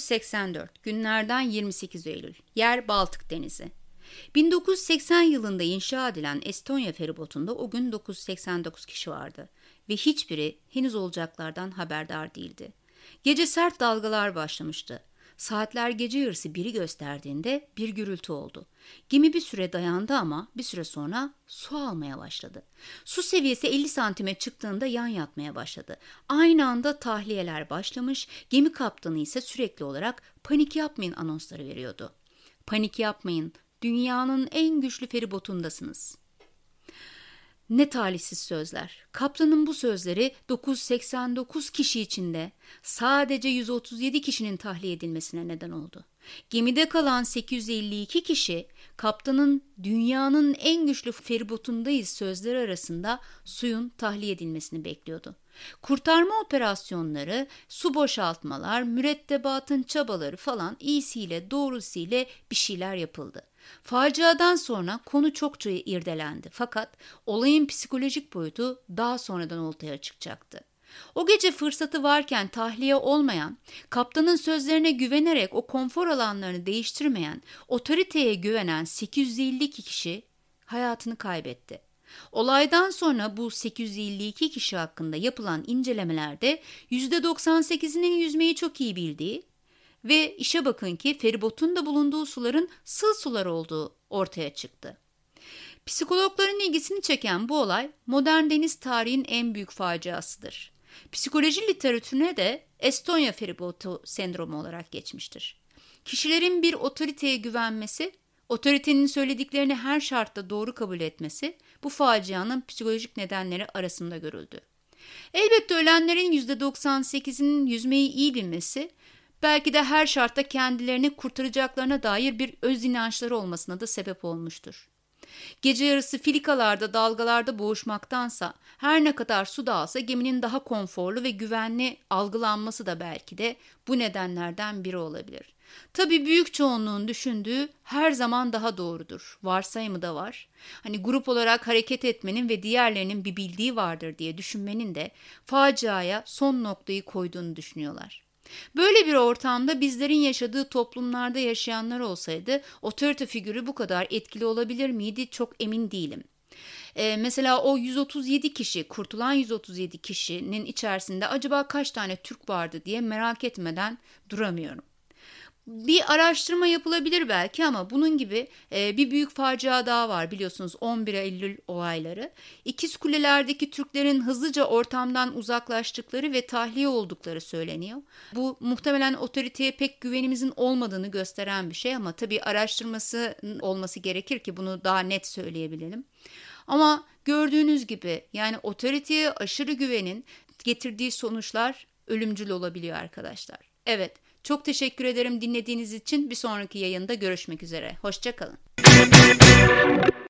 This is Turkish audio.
1984 günlerden 28 Eylül. Yer Baltık Denizi. 1980 yılında inşa edilen Estonya feribotunda o gün 989 kişi vardı ve hiçbiri henüz olacaklardan haberdar değildi. Gece sert dalgalar başlamıştı. Saatler gece yarısı 1'i gösterdiğinde bir gürültü oldu. Gemi bir süre dayandı ama bir süre sonra su almaya başladı. Su seviyesi 50 santime çıktığında yan yatmaya başladı. Aynı anda tahliyeler başlamış, gemi kaptanı ise sürekli olarak panik yapmayın anonsları veriyordu. Panik yapmayın, dünyanın en güçlü feribotundasınız. Ne talihsiz sözler. Kaptanın bu sözleri 989 kişi içinde sadece 137 kişinin tahliye edilmesine neden oldu. Gemide kalan 852 kişi kaptanın dünyanın en güçlü feribotundayız sözleri arasında suyun tahliye edilmesini bekliyordu. Kurtarma operasyonları, su boşaltmalar, mürettebatın çabaları falan iyisiyle doğrusuyla bir şeyler yapıldı. Faciadan sonra konu çokça irdelendi fakat olayın psikolojik boyutu daha sonradan ortaya çıkacaktı. O gece fırsatı varken tahliye olmayan, kaptanın sözlerine güvenerek o konfor alanlarını değiştirmeyen, otoriteye güvenen 852 kişi hayatını kaybetti. Olaydan sonra bu 852 kişi hakkında yapılan incelemelerde %98'inin yüzmeyi çok iyi bildiği ve işe bakın ki feribotun da bulunduğu suların sığ sular olduğu ortaya çıktı. Psikologların ilgisini çeken bu olay modern deniz tarihinin en büyük faciasıdır. Psikoloji literatürüne de Estonya feribotu sendromu olarak geçmiştir. Kişilerin bir otoriteye güvenmesi, otoritenin söylediklerini her şartta doğru kabul etmesi bu facianın psikolojik nedenleri arasında görüldü. Elbette ölenlerin %98'inin yüzmeyi iyi bilmesi, belki de her şartta kendilerini kurtaracaklarına dair bir öz inançları olmasına da sebep olmuştur. Gece yarısı filikalarda, dalgalarda boğuşmaktansa her ne kadar su da alsa geminin daha konforlu ve güvenli algılanması da belki de bu nedenlerden biri olabilir. Tabii büyük çoğunluğun düşündüğü her zaman daha doğrudur. Varsayımı da var. Hani grup olarak hareket etmenin ve diğerlerinin bir bildiği vardır diye düşünmenin de faciaya son noktayı koyduğunu düşünüyorlar. Böyle bir ortamda bizlerin yaşadığı toplumlarda yaşayanlar olsaydı otorite figürü bu kadar etkili olabilir miydi çok emin değilim. Mesela o 137 kişi, kurtulan 137 kişinin içerisinde acaba kaç tane Türk vardı diye merak etmeden duramıyorum. Bir araştırma yapılabilir belki ama bunun gibi bir büyük facia daha var biliyorsunuz 11 Eylül olayları. İkiz Kuleler'deki Türklerin hızlıca ortamdan uzaklaştıkları ve tahliye oldukları söyleniyor. Bu muhtemelen otoriteye pek güvenimizin olmadığını gösteren bir şey ama tabii araştırması olması gerekir ki bunu daha net söyleyebilelim. Ama gördüğünüz gibi yani otoriteye aşırı güvenin getirdiği sonuçlar ölümcül olabiliyor arkadaşlar. Evet. Çok teşekkür ederim dinlediğiniz için. Bir sonraki yayında görüşmek üzere. Hoşça kalın.